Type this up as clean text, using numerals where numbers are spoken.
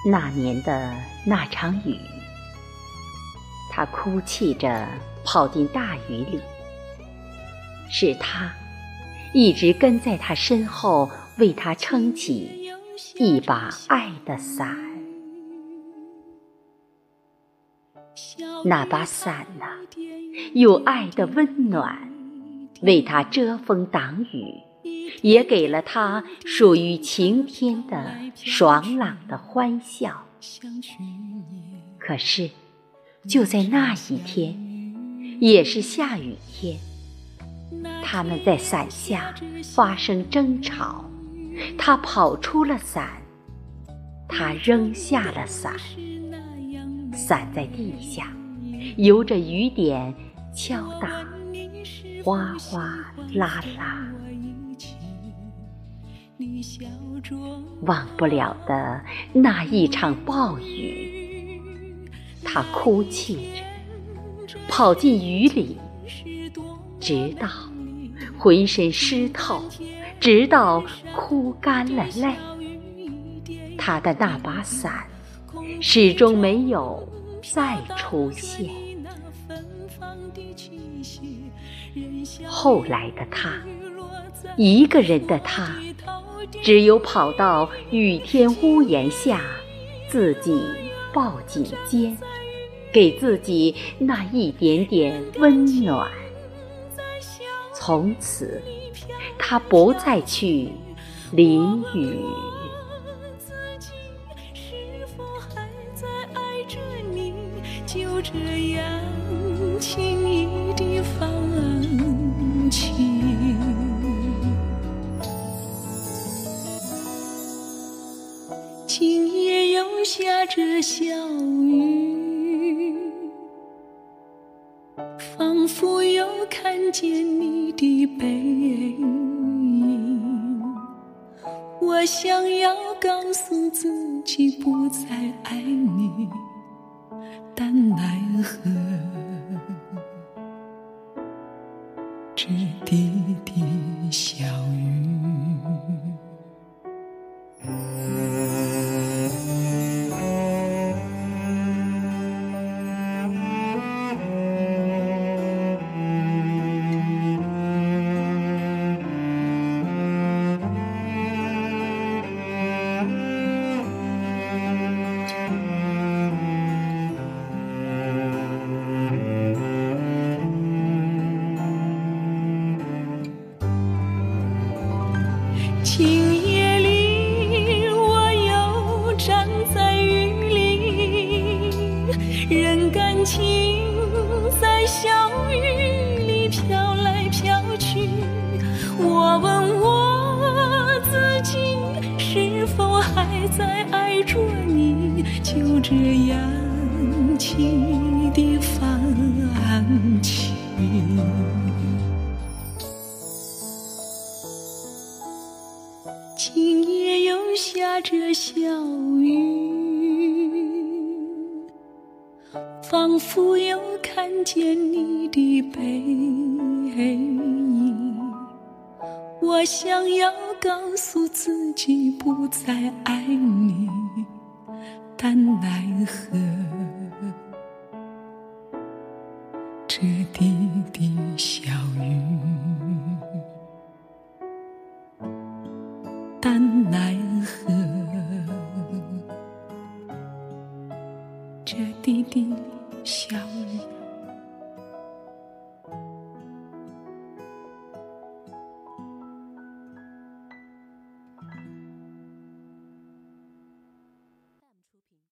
那年的那场雨，他哭泣着跑进大雨里，是他一直跟在他身后，为他撑起一把爱的伞。那把伞啊，有爱的温暖，为他遮风挡雨，也给了他属于晴天的爽朗的欢笑。可是就在那一天，也是下雨天，他们在伞下发生争吵，他跑出了伞，他扔下了伞，伞在地下由着雨点敲打，哗哗啦啦。忘不了的那一场暴雨，他哭泣着跑进雨里，直到浑身湿透，直到哭干了泪。他的那把伞始终没有再出现。后来的他，一个人的他，只有跑到雨天屋檐下，自己抱紧肩，给自己那一点点温暖。从此他不再去淋雨。 就这样轻易地放弃。今夜又下着小雨，仿佛又看见你的背影。我想要告诉自己不再爱你，但奈何这滴滴小雨。今夜里我又站在雨里，任感情在小雨里飘来飘去。我问我自己是否还在爱着你，就这样轻易地放弃。今夜又下着小雨，仿佛又看见你的背影。我想要告诉自己不再爱你，但奈何这滴滴小雨，但奈何这滴滴小雨。